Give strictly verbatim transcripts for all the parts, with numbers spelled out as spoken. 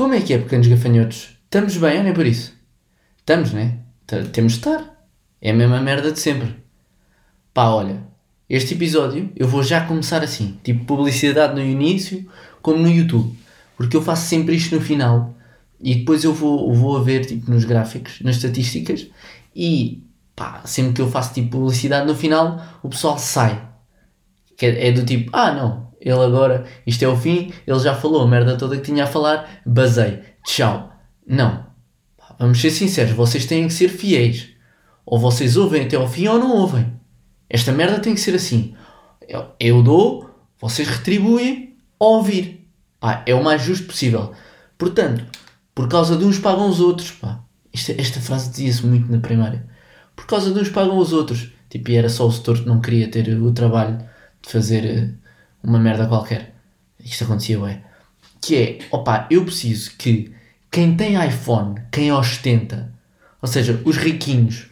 Como é que é, pequenos gafanhotos? Estamos bem ou nem por isso? Estamos, né? T- Temos de estar. É a mesma merda de sempre. Pá, olha, este episódio eu vou já começar assim, tipo publicidade no início, como no YouTube. Porque eu faço sempre isto no final e depois eu vou, vou a ver tipo, nos gráficos, nas estatísticas e pá, sempre que eu faço tipo publicidade no final, o pessoal sai. Que é, é do tipo, ah não, ele agora, isto é o fim, ele já falou a merda toda que tinha a falar, basei, tchau. Não. Pá, vamos ser sinceros, vocês têm que ser fiéis. Ou vocês ouvem até ao fim ou não ouvem. Esta merda tem que ser assim. Eu, eu dou, vocês retribuem, ou ouvir. Pá, é o mais justo possível. Portanto, por causa de uns pagam os outros. Pá. Esta, esta frase dizia-se muito na primária. Por causa de uns pagam os outros. Tipo, e era só o setor que não queria ter o trabalho de fazer uh, uma merda qualquer. Isto acontecia, ué. Que é, opá, eu preciso que quem tem iPhone, quem ostenta, ou seja, os riquinhos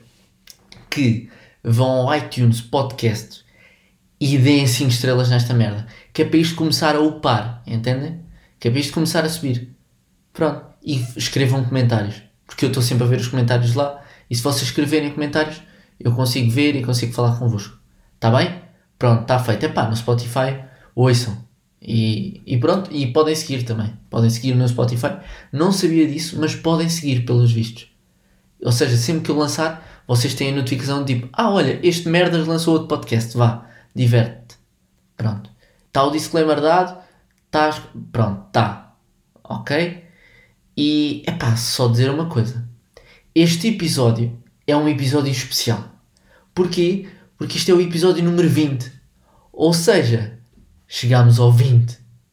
que vão ao iTunes Podcast e deem cinco estrelas nesta merda. Que é para isto começar a upar, entendem? Que é para isto começar a subir. Pronto. E escrevam comentários. Porque eu estou sempre a ver os comentários lá. E se vocês escreverem comentários, eu consigo ver e consigo falar convosco. Está bem? Pronto, está feito. Epá, no Spotify, ouçam. E, e pronto, e podem seguir também. Podem seguir no Spotify. Não sabia disso, mas podem seguir pelos vistos. Ou seja, sempre que eu lançar, vocês têm a notificação de tipo, ah, olha, este merdas lançou outro podcast, vá, diverte-te. Pronto. Está o disclaimer dado, estás, pronto, está. Ok? E, epá, só dizer uma coisa. Este episódio é um episódio especial. Porquê? Porque isto é o episódio número vinte. Ou seja, chegámos ao vinte.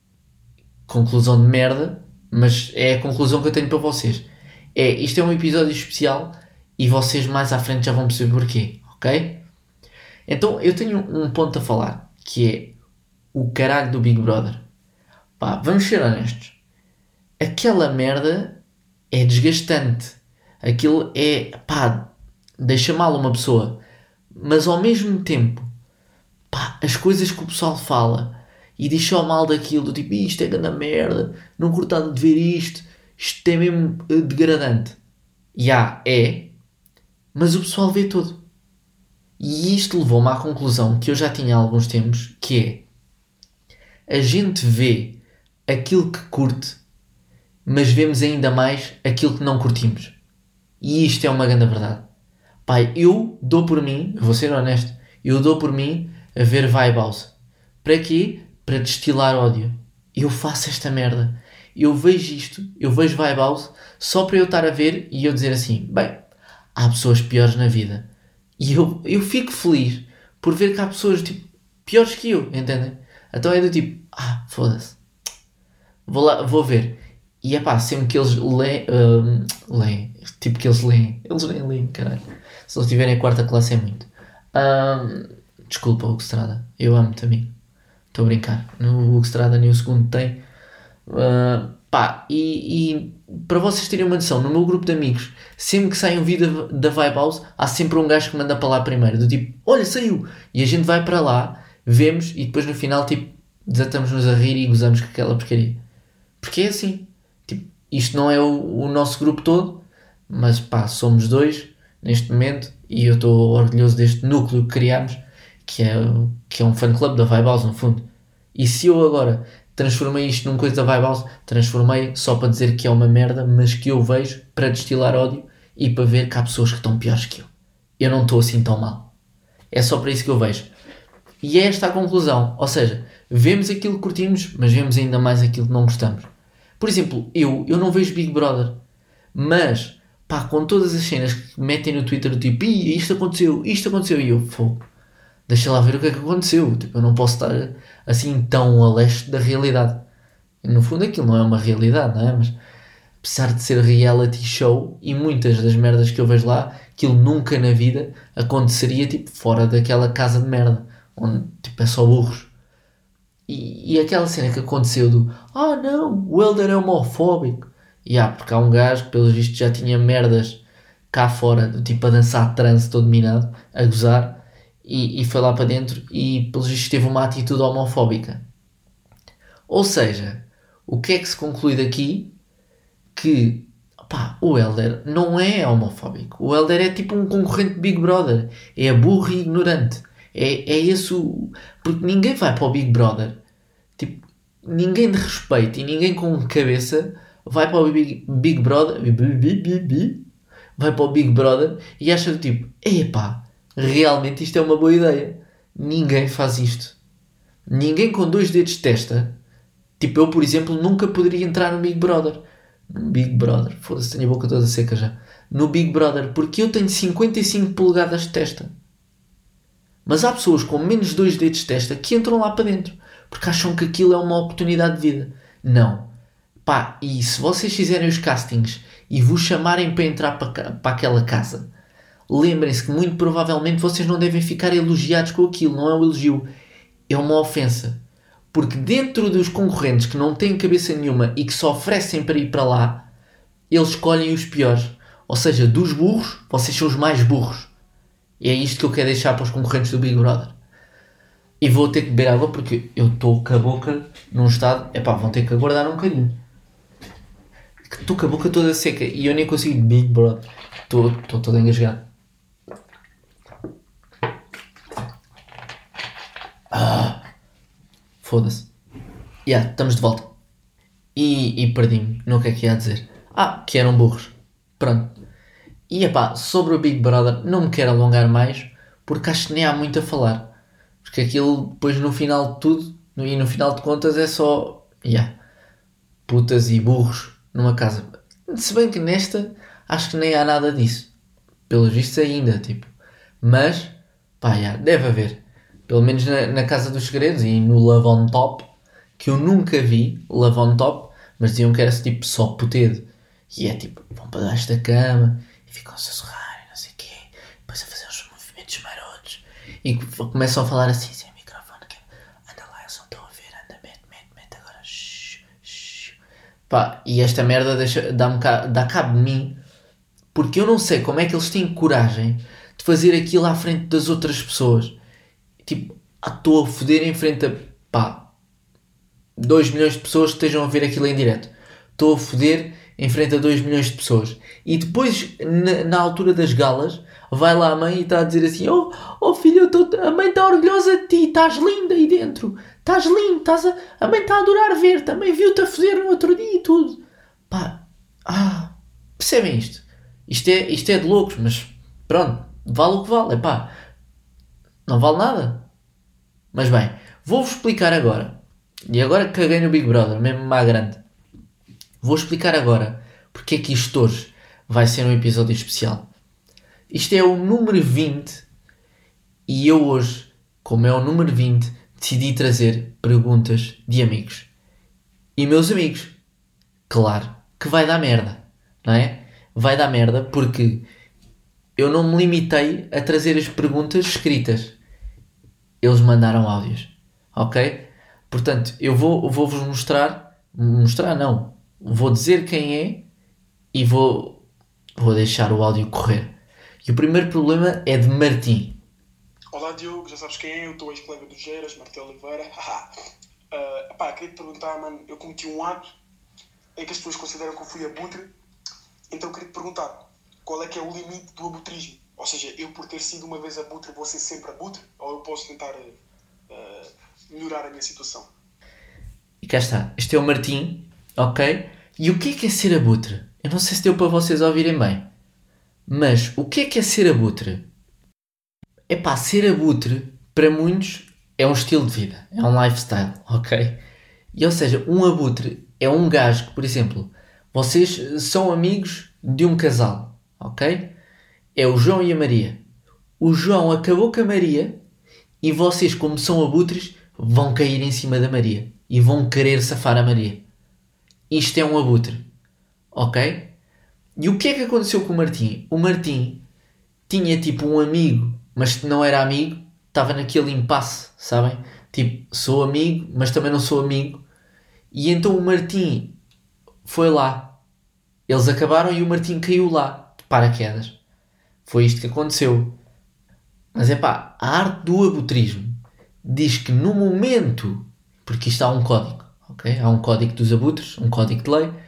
Conclusão de merda, mas é a conclusão que eu tenho para vocês. É, isto é um episódio especial e vocês mais à frente já vão perceber porquê, ok? Então, eu tenho um ponto a falar, que é o caralho do Big Brother. Pá, vamos ser honestos. Aquela merda é desgastante. Aquilo é, pá, deixa mal uma pessoa. Mas ao mesmo tempo, pá, as coisas que o pessoal fala e diz só mal daquilo, tipo, isto é grande merda, não curtado de ver isto, isto é mesmo uh, degradante. Já é, mas o pessoal vê tudo. E isto levou-me à conclusão que eu já tinha há alguns tempos, que é, a gente vê aquilo que curte, mas vemos ainda mais aquilo que não curtimos. E isto é uma grande verdade. Pai, eu dou por mim, vou ser honesto, eu dou por mim a ver Vibe House. Para quê? Para destilar ódio. Eu faço esta merda. Eu vejo isto, eu vejo Vibe House só para eu estar a ver e eu dizer assim, bem, há pessoas piores na vida. E eu, eu fico feliz por ver que há pessoas tipo, piores que eu, entendem? Então é do tipo, ah, foda-se. Vou lá, vou ver. E é pá, sempre que eles leem, um, leem, tipo que eles leem, eles nem leem, caralho. Se eles tiverem a quarta classe é muito. Um, desculpa, Hugo Estrada, eu amo-te a mim. Estou a brincar. No Hugo Estrada nem o segundo tem. Uh, pá, e, e para vocês terem uma noção, no meu grupo de amigos, sempre que sai um vídeo da Vibe House, há sempre um gajo que manda para lá primeiro, do tipo, olha, saiu! E a gente vai para lá, vemos e depois no final, tipo, desatamos-nos a rir e gozamos com aquela porcaria. Porque é assim. Tipo, isto não é o, o nosso grupo todo, mas pá, somos dois neste momento e eu estou orgulhoso deste núcleo que criámos, que é, que é um fan club da Vibe House, no fundo. E se eu agora transformei isto numa coisa da Vibe House, transformei só para dizer que é uma merda, mas que eu vejo para destilar ódio e para ver que há pessoas que estão piores que eu. Eu não estou assim tão mal. É só para isso que eu vejo. E é esta a conclusão. Ou seja, vemos aquilo que curtimos, mas vemos ainda mais aquilo que não gostamos. Por exemplo, eu, eu não vejo Big Brother, mas, pá, com todas as cenas que metem no Twitter, tipo, isto aconteceu, isto aconteceu, e eu, fogo, deixa lá ver o que é que aconteceu. Tipo, eu não posso estar assim tão a leste da realidade. E, no fundo aquilo não é uma realidade, não é? Mas apesar de ser reality show e muitas das merdas que eu vejo lá, aquilo nunca na vida aconteceria tipo fora daquela casa de merda, onde tipo é só burros. E, e aquela cena que aconteceu do ah não, o Helder é homofóbico. E ah, porque há um gajo que pelos vistos já tinha merdas cá fora, do tipo a dançar trance todo minado, a gozar. E, e foi lá para dentro e pelos vistos teve uma atitude homofóbica. Ou seja, o que é que se conclui daqui? que, pá, o Helder não é homofóbico. O Helder é tipo um concorrente de Big Brother. É burro e ignorante. É, é esse o... Porque ninguém vai para o Big Brother. Tipo, ninguém de respeito e ninguém com cabeça vai para o Big, Big Brother... Vai para o Big Brother e acha do tipo, epá, realmente isto é uma boa ideia. Ninguém faz isto. Ninguém com dois dedos de testa. Tipo, eu, por exemplo, nunca poderia entrar no Big Brother. No Big Brother. Foda-se, tenho a boca toda seca já. No Big Brother. Porque eu tenho cinquenta e cinco polegadas de testa. Mas há pessoas com menos dois dedos de testa que entram lá para dentro. Porque acham que aquilo é uma oportunidade de vida. Não. Pá, e se vocês fizerem os castings e vos chamarem para entrar para, para aquela casa, lembrem-se que muito provavelmente vocês não devem ficar elogiados com aquilo. Não é um elogio. É uma ofensa. Porque dentro dos concorrentes que não têm cabeça nenhuma e que só oferecem para ir para lá, eles escolhem os piores. Ou seja, dos burros, vocês são os mais burros. E é isto que eu quero deixar para os concorrentes do Big Brother. E vou ter que beber água porque eu estou com a boca num estado... Epá, vão ter que aguardar um bocadinho. Estou com a boca toda seca e eu nem consigo Big Brother. Estou todo engasgado. Ah... Foda-se. Ya, yeah, estamos de volta. E, e perdi-me no que é que ia dizer. Ah, que eram burros. Pronto. E epá, sobre o Big Brother não me quero alongar mais porque acho que nem há muito a falar. Porque aquilo depois no final de tudo e no final de contas é só... Ya. Yeah, putas e burros numa casa. Se bem que nesta acho que nem há nada disso. Pelos vistos ainda, tipo. Mas, pá, ya, yeah, deve haver. Pelo menos na, na Casa dos Segredos e no Love on Top, que eu nunca vi Love on Top, mas diziam que era tipo só putedo. E é tipo, vão para debaixo da cama e ficam a sussurrar e não sei o quê, depois a fazer uns movimentos marotos e começam a falar assim, sem microfone, que anda lá, eu só estou a ver, anda, mete, mete, mete agora, shh, shh. Pá, e esta merda deixa, dá-me cá, dá cabo de mim, porque eu não sei como é que eles têm coragem de fazer aquilo à frente das outras pessoas. Tipo, estou a foder em frente a, pá, dois milhões de pessoas que estejam a ver aquilo em direto. Estou a foder em frente a dois milhões de pessoas. E depois, na, na altura das galas, vai lá a mãe e está a dizer assim, oh, oh filho, eu tô, a mãe está orgulhosa de ti, estás linda aí dentro. Estás lindo, estás a, a mãe está a adorar ver-te, a mãe viu-te a foder no outro dia e tudo. Pá, ah, percebem isto? Isto é, isto é de loucos, mas pronto, vale o que vale, é pá. Não vale nada. Mas bem, vou-vos explicar agora. E agora que caguei no Big Brother, mesmo má grande. Vou explicar agora porque é que isto hoje vai ser um episódio especial. Isto é o número vinte e eu hoje, como é o número vinte, decidi trazer perguntas de amigos. E meus amigos, claro que vai dar merda, não é? Vai dar merda porque eu não me limitei a trazer as perguntas escritas. Eles mandaram áudios, ok? Portanto, eu vou, vou-vos mostrar, mostrar não, vou dizer quem é e vou, vou deixar o áudio correr. E o primeiro problema é de Martim. Olá Diogo, já sabes quem é, eu estou ex-colega do Geiras, Martim Oliveira. uh, pá, queria te perguntar, mano, eu cometi um ato em que as pessoas consideram que eu fui abutre, então eu queria te perguntar, qual é que é o limite do abutrismo? Ou seja, eu por ter sido uma vez abutre vou ser sempre abutre? Ou eu posso tentar uh, melhorar a minha situação? E cá está. Este é o Martim, ok? E o que é que é ser abutre? Eu não sei se deu para vocês ouvirem bem. Mas o que é que é ser abutre? É pá, ser abutre, para muitos, é um estilo de vida. É um lifestyle, ok? E ou seja, um abutre é um gajo que, por exemplo, vocês são amigos de um casal, ok? É o João e a Maria. O João acabou com a Maria e vocês, como são abutres, vão cair em cima da Maria e vão querer safar a Maria. Isto é um abutre. Ok? E o que é que aconteceu com o Martim? O Martim tinha tipo um amigo, mas que não era amigo, estava naquele impasse, sabem? Tipo, sou amigo, mas também não sou amigo. E então o Martim foi lá. Eles acabaram e o Martim caiu lá, de paraquedas. Foi isto que aconteceu. Mas é pá, a arte do abutrismo diz que no momento, porque isto há um código, ok? Há um código dos abutres, um código de lei,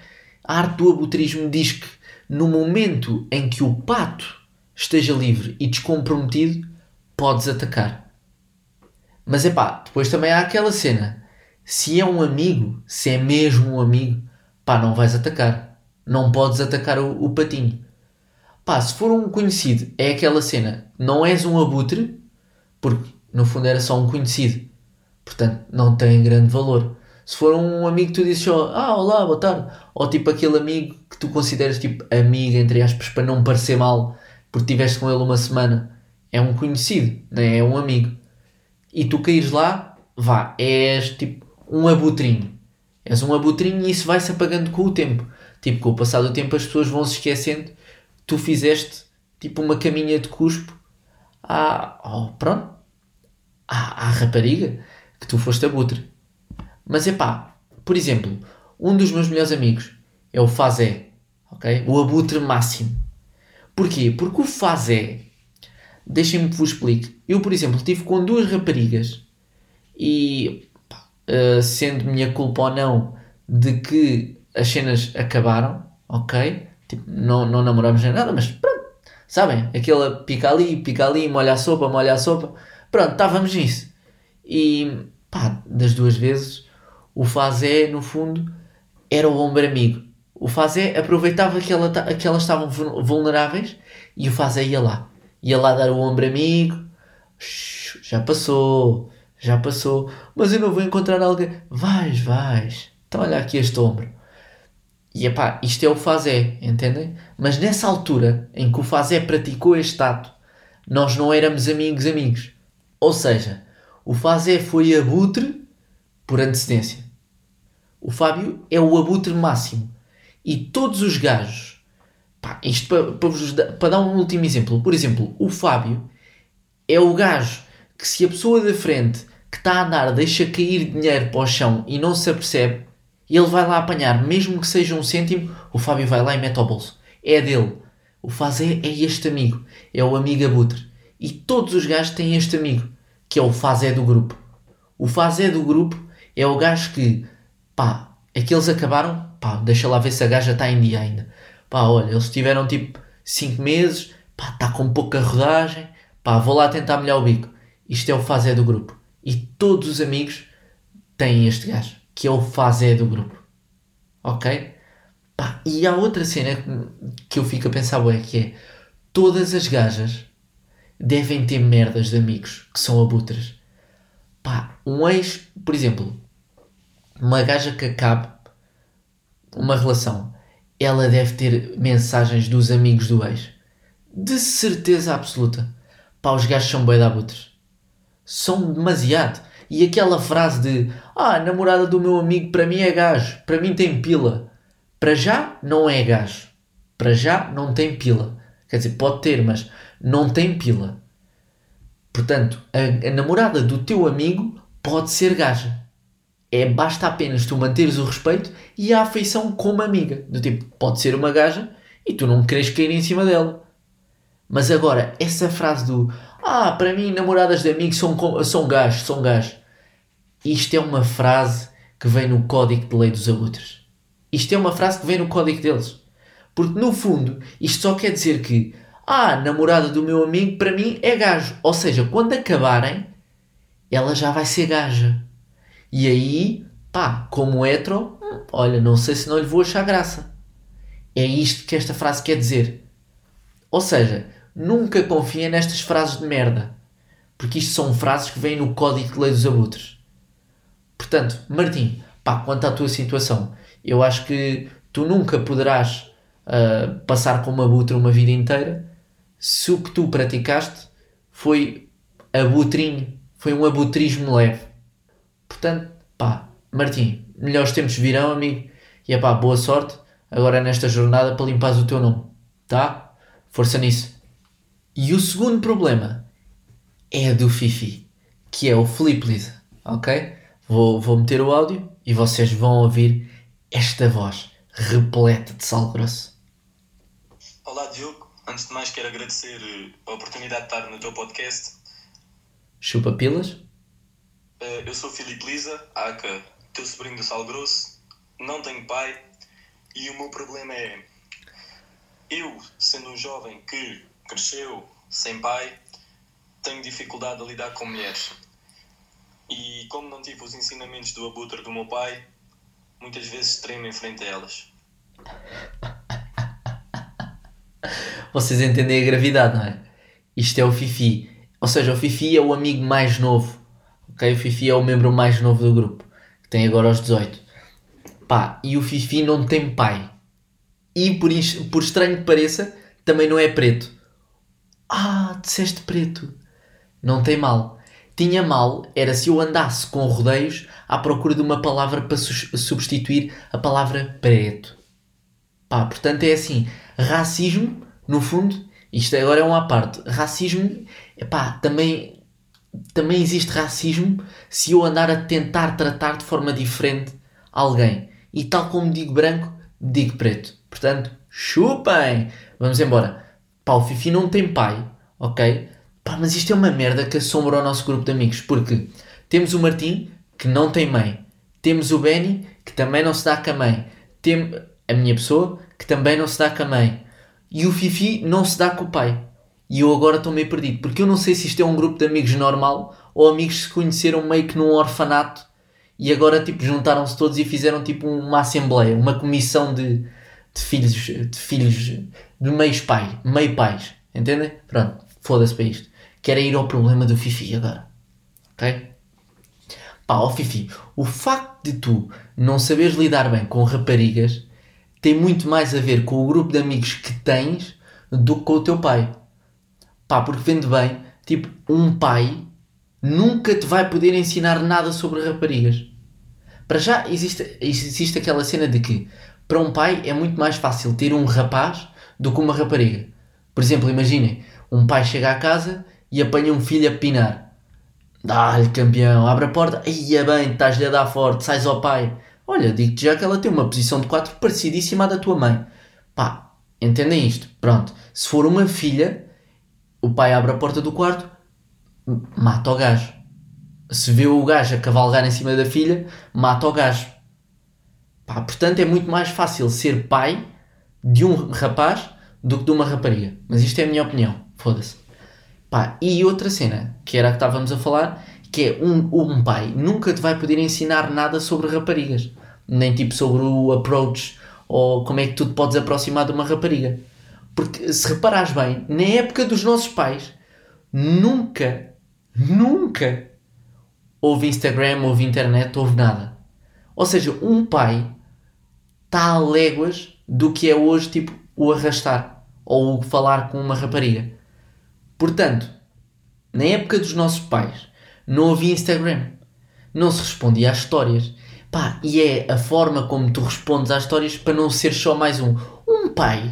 A arte do abutrismo diz que no momento em que o pato esteja livre e descomprometido, podes atacar. Mas é pá, depois também há aquela cena. Se é um amigo, se é mesmo um amigo, pá, não vais atacar. Não podes atacar o, o patinho. Pá, se for um conhecido, é aquela cena. Não és um abutre, porque no fundo era só um conhecido. Portanto, não tem grande valor. Se for um amigo que tu dizes só, ah, olá, boa tarde. Ou tipo aquele amigo que tu consideras tipo amigo, entre aspas, para não parecer mal, porque estiveste com ele uma semana. É um conhecido, não é? É um amigo. E tu caíres lá, vá, és tipo um abutrinho. És um abutrinho e isso vai-se apagando com o tempo. Tipo, com o passar do tempo as pessoas vão se esquecendo. Tu fizeste tipo uma caminha de cuspo à, oh, pronto, à, à rapariga que tu foste abutre. Mas é pá, por exemplo, um dos meus melhores amigos é o Fazé, ok? O abutre máximo. Porquê? Porque o Fazé, deixem-me que vos explique. Eu, por exemplo, estive com duas raparigas e, pá, uh, sendo minha culpa ou não, de que as cenas acabaram, ok? Tipo, não, não namoramos nem nada, mas pronto, sabem? Aquela pica ali, pica ali, molha a sopa, molha a sopa. Pronto, estávamos nisso. E, pá, das duas vezes, o Fazé, no fundo, era o ombro amigo. O Fazé aproveitava que, ela, que elas estavam vulneráveis e o Fazé ia lá. Ia lá dar o ombro amigo. Já passou, já passou. Mas eu não vou encontrar alguém. Vais, vais. Então olha aqui este ombro. E epá, isto é o Fazé, entendem? Mas nessa altura em que o Fazé praticou este ato, nós não éramos amigos amigos. Ou seja, o Fazé foi abutre por antecedência. O Fábio é o abutre máximo. E todos os gajos... Pá, isto para, para, vos dar, para dar um último exemplo. Por exemplo, o Fábio é o gajo que se a pessoa da frente que está a andar deixa cair dinheiro para o chão e não se apercebe, ele vai lá apanhar, mesmo que seja um cêntimo, o Fábio vai lá e mete ao bolso. É dele. O Fazé é este amigo. É o amigo abutre. E todos os gajos têm este amigo, que é o Fazé do grupo. O Fazé do grupo é o gajo que, pá, aqueles acabaram, pá, deixa lá ver se a gaja está em dia ainda. Pá, olha, eles tiveram tipo cinco meses, pá, está com pouca rodagem, pá, vou lá tentar molhar o bico. Isto é o Fazé do grupo. E todos os amigos têm este gajo, que é o Fazé do grupo. Ok? Pá, e há outra cena que eu fico a pensar, ué, que é, todas as gajas devem ter merdas de amigos que são abutres. Pá, um ex, por exemplo, uma gaja que acabe uma relação, ela deve ter mensagens dos amigos do ex. De certeza absoluta. Pá, os gajos são bué de abutres. São demasiado. E aquela frase de ah, a namorada do meu amigo para mim é gajo. Para mim tem pila. Para já não é gajo. Para já não tem pila. Quer dizer, pode ter, mas não tem pila. Portanto, a, a namorada do teu amigo pode ser gaja. É, basta apenas tu manteres o respeito e a afeição como amiga. Do tipo, pode ser uma gaja e tu não queres cair em cima dela. Mas agora, essa frase do ah, para mim namoradas de amigos são, são gajos, são gajos. Isto é uma frase que vem no código de lei dos abutres. Isto é uma frase que vem no código deles. Porque no fundo, isto só quer dizer que ah, a namorada do meu amigo para mim é gajo. Ou seja, quando acabarem, ela já vai ser gaja. E aí, pá, como hétero, olha, não sei se não lhe vou achar graça. É isto que esta frase quer dizer. Ou seja, nunca confiem nestas frases de merda. Porque isto são frases que vêm no código de lei dos abutres. Portanto, Martim, pá, quanto à tua situação, eu acho que tu nunca poderás uh, passar como abutre uma vida inteira se o que tu praticaste foi abutrinho, foi um abutrismo leve. Portanto, pá, Martim, melhores tempos virão, amigo. E é pá, boa sorte agora nesta jornada para limpares o teu nome. Tá? Força nisso. E o segundo problema é do Fifi, que é o Filipe Lisa. Ok? Vou, vou meter o áudio e vocês vão ouvir esta voz repleta de sal grosso. Olá, Diogo. Antes de mais, quero agradecer a oportunidade de estar no teu podcast. Chupa pilas? Eu sou o Filipe Lisa, aka teu sobrinho do Sal Grosso. Não tenho pai E o meu problema é, eu, sendo um jovem que cresceu sem pai, tenho dificuldade a lidar com mulheres. E como não tive os ensinamentos do abutre do meu pai, muitas vezes tremo em frente a elas. Vocês entendem a gravidade, não é? Isto é o Fifi. Ou seja, o Fifi é o amigo mais novo. Ok? O Fifi é o membro mais novo do grupo. Que tem agora aos dezoito. Pá, e o Fifi não tem pai. E por, por estranho que pareça, também não é preto. Ah, disseste preto. Não tem mal. Tinha mal era se eu andasse com rodeios à procura de uma palavra para su- substituir a palavra preto. Pá, portanto é assim. Racismo, no fundo, isto agora é uma à parte. Racismo, pá, também, também existe racismo se eu andar a tentar tratar de forma diferente alguém. E tal como digo branco, digo preto. Portanto, chupem! Vamos embora. Pá, o Fifi não tem pai, ok? Pá, mas isto é uma merda que assombra o nosso grupo de amigos. Porque temos o Martim, que não tem mãe. Temos o Benny, que também não se dá com a mãe. Tem a minha pessoa, que também não se dá com a mãe. E o Fifi não se dá com o pai. E eu agora estou meio perdido. Porque eu não sei se isto é um grupo de amigos normal ou amigos que se conheceram meio que num orfanato e agora tipo juntaram-se todos e fizeram tipo uma assembleia, uma comissão de, de filhos de filhos de meios pai, meio pais. Entendem? Pronto, foda-se para isto. Quero ir ao problema do Fifi agora. Ok? Pá, ó Fifi, o facto de tu não saberes lidar bem com raparigas tem muito mais a ver com o grupo de amigos que tens do que com o teu pai. Pá, porque vendo bem, tipo, um pai nunca te vai poder ensinar nada sobre raparigas. Para já existe, existe aquela cena de que para um pai é muito mais fácil ter um rapaz do que uma rapariga. Por exemplo, imaginem, um pai chega à casa e apanha um filho a pinar. Dá-lhe, campeão, abre a porta, ia bem, estás-lhe a dar forte, sais ao pai. Olha, digo-te já que ela tem uma posição de quatro parecidíssima à da tua mãe. Pá, entendem isto? Pronto, se for uma filha, o pai abre a porta do quarto, mata o gajo. Se vê o gajo a cavalgar em cima da filha, mata o gajo. Pá, portanto é muito mais fácil ser pai de um rapaz do que de uma rapariga. Mas isto é a minha opinião, foda-se. Pá, e outra cena, que era a que estávamos a falar, que é um, um pai nunca te vai poder ensinar nada sobre raparigas. Nem tipo sobre o approach ou como é que tu te podes aproximar de uma rapariga. Porque se reparares bem, na época dos nossos pais, nunca, nunca houve Instagram, houve internet, houve nada. Ou seja, um pai está a léguas do que é hoje tipo o arrastar ou o falar com uma rapariga. Portanto, na época dos nossos pais, não havia Instagram. Não se respondia às histórias. Pá, e é a forma como tu respondes às histórias para não ser só mais um. Um pai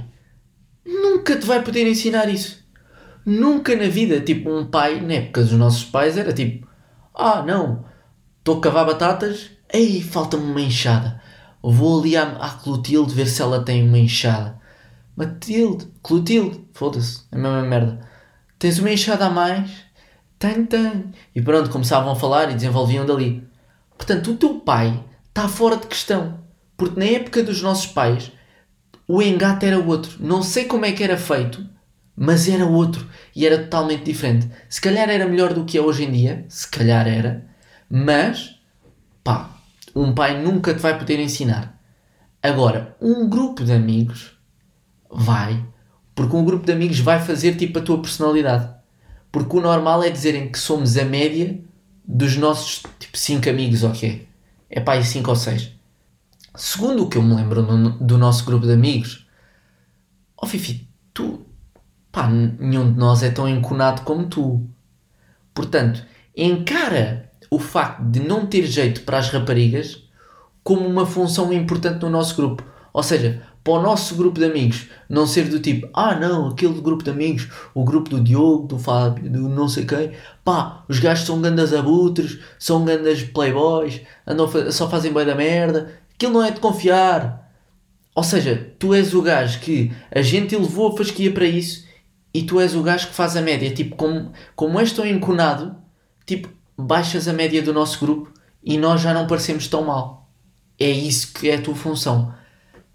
nunca te vai poder ensinar isso. Nunca na vida. Tipo, um pai, na época dos nossos pais, era tipo... Ah, não. Estou a cavar batatas. Ei, falta-me uma enxada. Vou ali à, à Clotilde ver se ela tem uma enxada. Matilde, Clotilde. Foda-se, é a mesma merda. Tens uma enxada a mais? Tenho, tenho. E pronto, começavam a falar e desenvolviam dali. Portanto, o teu pai está fora de questão. Porque na época dos nossos pais, o engate era outro. Não sei como é que era feito, mas era outro. E era totalmente diferente. Se calhar era melhor do que é hoje em dia. Se calhar era. Mas, pá, um pai nunca te vai poder ensinar. Agora, um grupo de amigos vai... Porque um grupo de amigos vai fazer tipo a tua personalidade. Porque o normal é dizerem que somos a média dos nossos tipo cinco amigos, ok? É pá, e cinco ou seis. Segundo o que eu me lembro no, do nosso grupo de amigos, ó oh, Fifi, tu, pá, nenhum de nós é tão enconado como tu. Portanto, encara o facto de não ter jeito para as raparigas como uma função importante no nosso grupo. Ou seja, para o nosso grupo de amigos não ser do tipo, ah não, aquele grupo de amigos, o grupo do Diogo, do Fábio, do não sei quem, pá, os gajos são grandes abutres, são grandes playboys, andam, só fazem bem da merda, aquilo não é de confiar. Ou seja, tu és o gajo que a gente levou a fasquia para isso e tu és o gajo que faz a média. Tipo, como, como és tão enconado, tipo, baixas a média do nosso grupo e nós já não parecemos tão mal. É isso que é a tua função.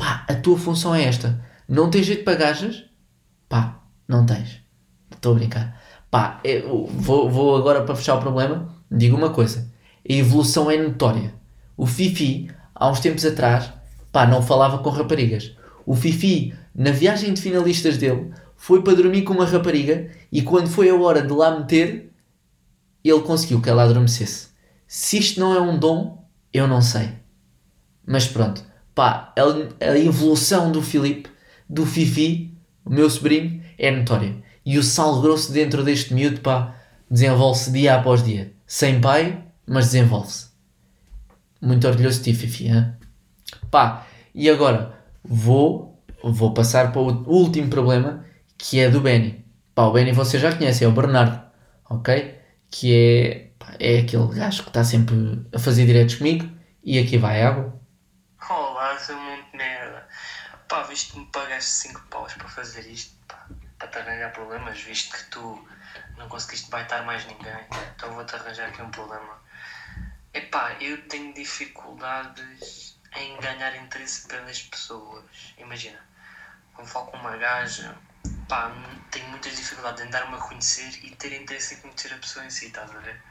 Pá, a tua função é esta. Não tens jeito para gajas? Pá, não tens. Estou a brincar. Pá, eu vou, vou agora para fechar o problema. Digo uma coisa. A evolução é notória. O Fifi, há uns tempos atrás, pá, não falava com raparigas. O Fifi, na viagem de finalistas dele, foi para dormir com uma rapariga e quando foi a hora de lá meter, ele conseguiu que ela adormecesse. Se isto não é um dom, eu não sei. Mas pronto. Pá, a, a evolução do Filipe, do Fifi, o meu sobrinho, é notória. E o sal grosso dentro deste miúdo, pá, desenvolve-se dia após dia. Sem pai, mas desenvolve-se. Muito orgulhoso de ti, Fifi, hein? Pá, e agora vou, vou passar para o último problema, que é do Benny. Pá, o Benny vocês já conhecem, é o Bernardo, ok? Que é, pá, é aquele gajo que está sempre a fazer diretos comigo. E aqui vai água. Olá, seu monte de merda. Pá, visto que me pagaste cinco paus para fazer isto, pá, para te arranjar problemas, visto que tu não conseguiste baitar mais ninguém, então vou-te arranjar aqui um problema. Epá, eu tenho dificuldades em ganhar interesse pelas pessoas. Imagina, quando falo com uma gaja, pá, tenho muitas dificuldades em dar-me a conhecer e ter interesse em conhecer a pessoa em si, estás a ver?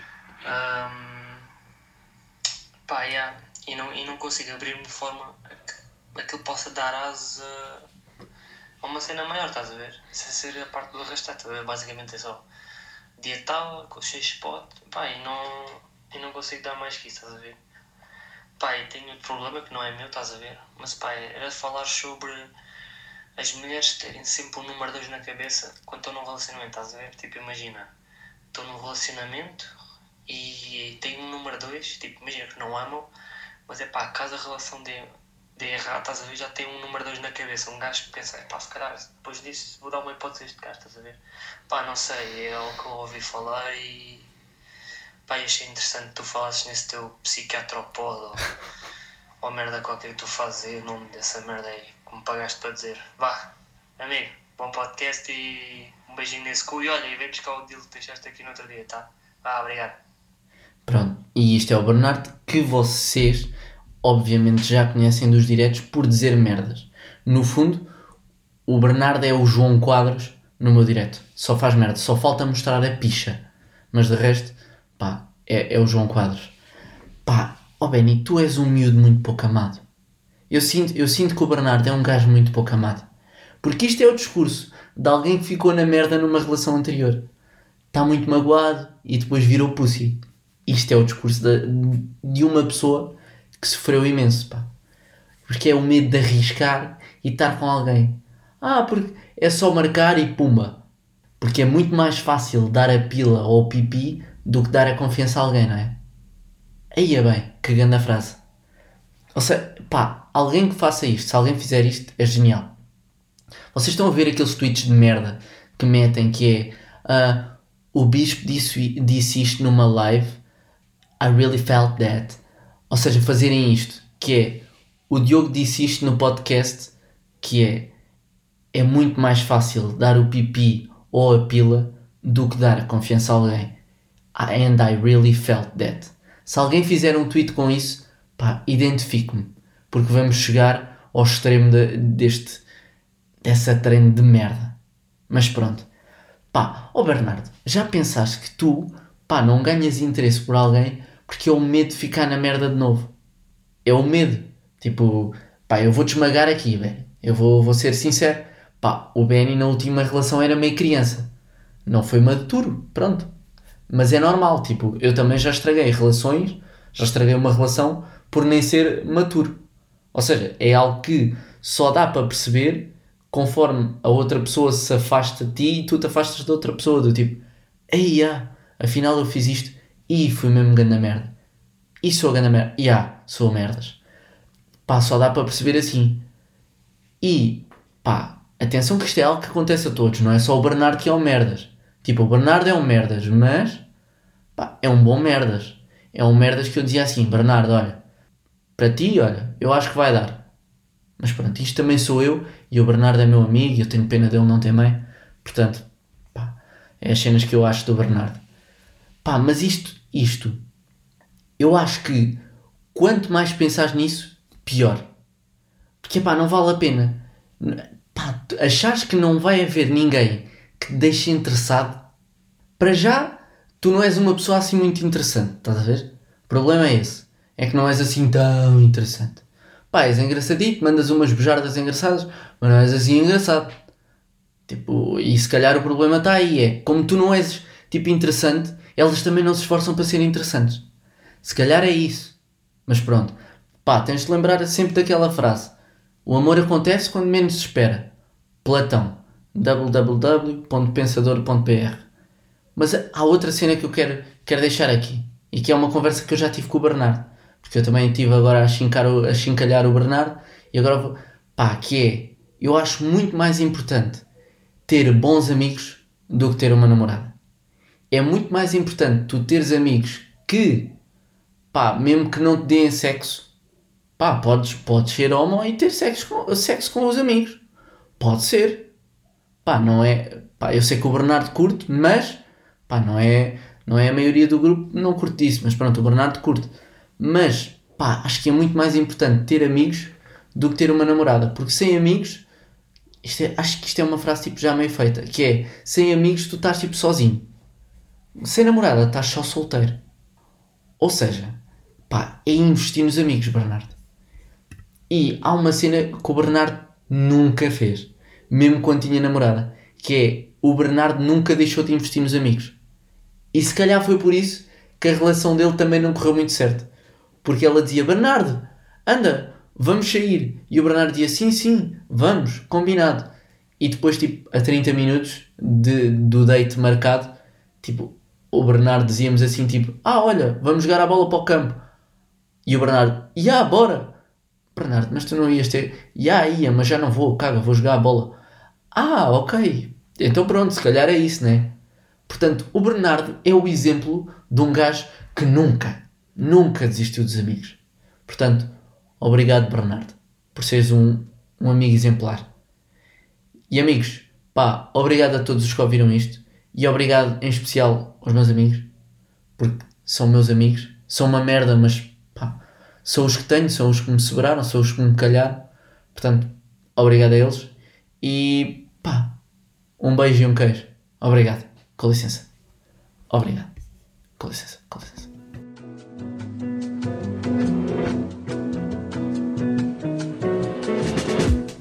Um, pá, yeah, e, não, e não consigo abrir-me de forma a que aquilo possa dar asa a uma cena maior, estás a ver? Sem ser a parte do arrastar, estás a ver? Basicamente é só dia tal, com seis spot, pá, e não... e não consigo dar mais que isso, estás a ver? Pá, e tenho outro problema que não é meu, estás a ver? Mas pá, era falar sobre as mulheres terem sempre um número dois na cabeça quando estão num relacionamento, estás a ver? Tipo, imagina, estou num relacionamento e tenho um número dois, tipo, imagina que não amam, mas é pá, caso a relação dê, dê errado, estás a ver? Já tem um número dois na cabeça, um gajo que pensa, é pá, se calhar depois disso vou dar uma hipótese a este gajo, estás a ver? Pá, não sei, é algo que eu ouvi falar e... pá, achei interessante que tu falasses nesse teu psiquiatropod ou, ou merda qualquer que tu fazes, o nome dessa merda aí, que me pagaste para dizer. Vá, amigo, bom podcast e um beijinho nesse cu e olha, e vem buscar o deal que deixaste aqui no outro dia, tá? Vá, obrigado. Pronto, e isto é o Bernardo que vocês obviamente já conhecem dos diretos por dizer merdas. No fundo, o Bernardo é o João Quadros no meu direto. Só faz merda, só falta mostrar a picha. Mas de resto... pá, é, é o João Quadros. Pá, ó oh Benny, tu és um miúdo muito pouco amado. Eu sinto, eu sinto que o Bernardo é um gajo muito pouco amado. Porque isto é o discurso de alguém que ficou na merda numa relação anterior. Está muito magoado e depois virou pussy. Isto é o discurso de, de uma pessoa que sofreu imenso, pá. Porque é o medo de arriscar e estar com alguém. Ah, porque é só marcar e pumba. Porque é muito mais fácil dar a pila ou o pipi do que dar a confiança a alguém, não é? Aí é bem, que grande frase. Ou seja, pá, alguém que faça isto, se alguém fizer isto, é genial. Vocês estão a ver aqueles tweets de merda que metem que é uh, o bispo disse, disse isto numa live, I really felt that. Ou seja, fazerem isto, que é o Diogo disse isto no podcast, que é é muito mais fácil dar o pipi ou a pila do que dar a confiança a alguém. And I really felt that. Se alguém fizer um tweet com isso, pá, identifico-me. Porque vamos chegar ao extremo de, deste, dessa trend de merda. Mas pronto. Pá, ó Bernardo, já pensaste que tu, pá, não ganhas interesse por alguém porque é o medo de ficar na merda de novo? É o medo. Tipo, pá, eu vou-te esmagar aqui, velho. Eu vou, vou ser sincero. Pá, o Benny na última relação era meio criança. Não foi maduro, pronto. Mas é normal, tipo, eu também já estraguei relações, já estraguei uma relação por nem ser maturo. Ou seja, é algo que só dá para perceber conforme a outra pessoa se afasta de ti e tu te afastas da outra pessoa, do tipo, ei, ah, afinal eu fiz isto e fui mesmo ganda merda. E sou ganda merda. E ah, sou merdas. Pá, só dá para perceber assim. E, pá, atenção que isto é algo que acontece a todos, não é só o Bernardo que é um merdas. Tipo, o Bernardo é um merdas, mas, pá, é um bom merdas. É um merdas que eu dizia assim, Bernardo, olha, para ti, olha, eu acho que vai dar. Mas pronto, isto também sou eu e o Bernardo é meu amigo e eu tenho pena dele não ter mãe. Portanto, pá, é as cenas que eu acho do Bernardo. Pá, mas isto, isto, eu acho que quanto mais pensares nisso, pior. que pá, não vale a pena. Pá, achares que não vai haver ninguém que te deixe interessado, para já, tu não és uma pessoa assim muito interessante, estás a ver? O problema é esse, é que não és assim tão interessante. Pá, és engraçadito, mandas umas bujardas engraçadas, mas não és assim engraçado. Tipo, e se calhar o problema está aí, é, como tu não és, tipo, interessante, elas também não se esforçam para serem interessantes. Se calhar é isso. Mas pronto. Pá, tens de lembrar sempre daquela frase. O amor acontece quando menos se espera. Platão. w w w ponto pensador ponto p r. Mas há outra cena que eu quero, quero deixar aqui. E que é uma conversa que eu já tive com o Bernardo. Porque eu também estive agora a, chincar o, a chincalhar o Bernardo. E agora vou... Pá, que é... Eu acho muito mais importante ter bons amigos do que ter uma namorada. É muito mais importante tu teres amigos que... Pá, mesmo que não te deem sexo... Pá, podes, podes ser homo e ter sexo com, sexo com os amigos. Pode ser. Pá, não é... Pá, eu sei que o Bernardo curte, mas... Pá, não é, não é a maioria do grupo não curte isso. Mas pronto, o Bernardo curte. Mas, pá, acho que é muito mais importante ter amigos do que ter uma namorada. Porque sem amigos... Isto é, acho que isto é uma frase tipo já meio feita. Que é, sem amigos tu estás tipo sozinho. Sem namorada estás só solteiro. Ou seja, pá, é investir nos amigos, Bernardo. E há uma cena que o Bernardo nunca fez. Mesmo quando tinha namorada. Que é, o Bernardo nunca deixou de investir nos amigos. E se calhar foi por isso que a relação dele também não correu muito certo. Porque ela dizia, Bernardo, anda, vamos sair. E o Bernardo dizia, sim, sim, vamos, combinado. E depois, tipo, a trinta minutos de, do date marcado, tipo, o Bernardo dizíamos assim, tipo, ah, olha, vamos jogar a bola para o campo. E o Bernardo, ia, yeah, bora. Bernardo, mas tu não ias ter... Já yeah, ia, mas já não vou, caga, vou jogar a bola. Ah, ok. Então pronto, se calhar é isso, né? Portanto, o Bernardo é o exemplo de um gajo que nunca, nunca desistiu dos amigos. Portanto, obrigado, Bernardo, por seres um, um amigo exemplar. E amigos, pá, obrigado a todos os que ouviram isto. E obrigado em especial aos meus amigos. Porque são meus amigos. São uma merda, mas pá, são os que tenho, são os que me sobraram, são os que me calharam. Portanto, obrigado a eles. E pá, um beijo e um queijo. Obrigado. Com licença. Obrigado. Com licença. Com licença.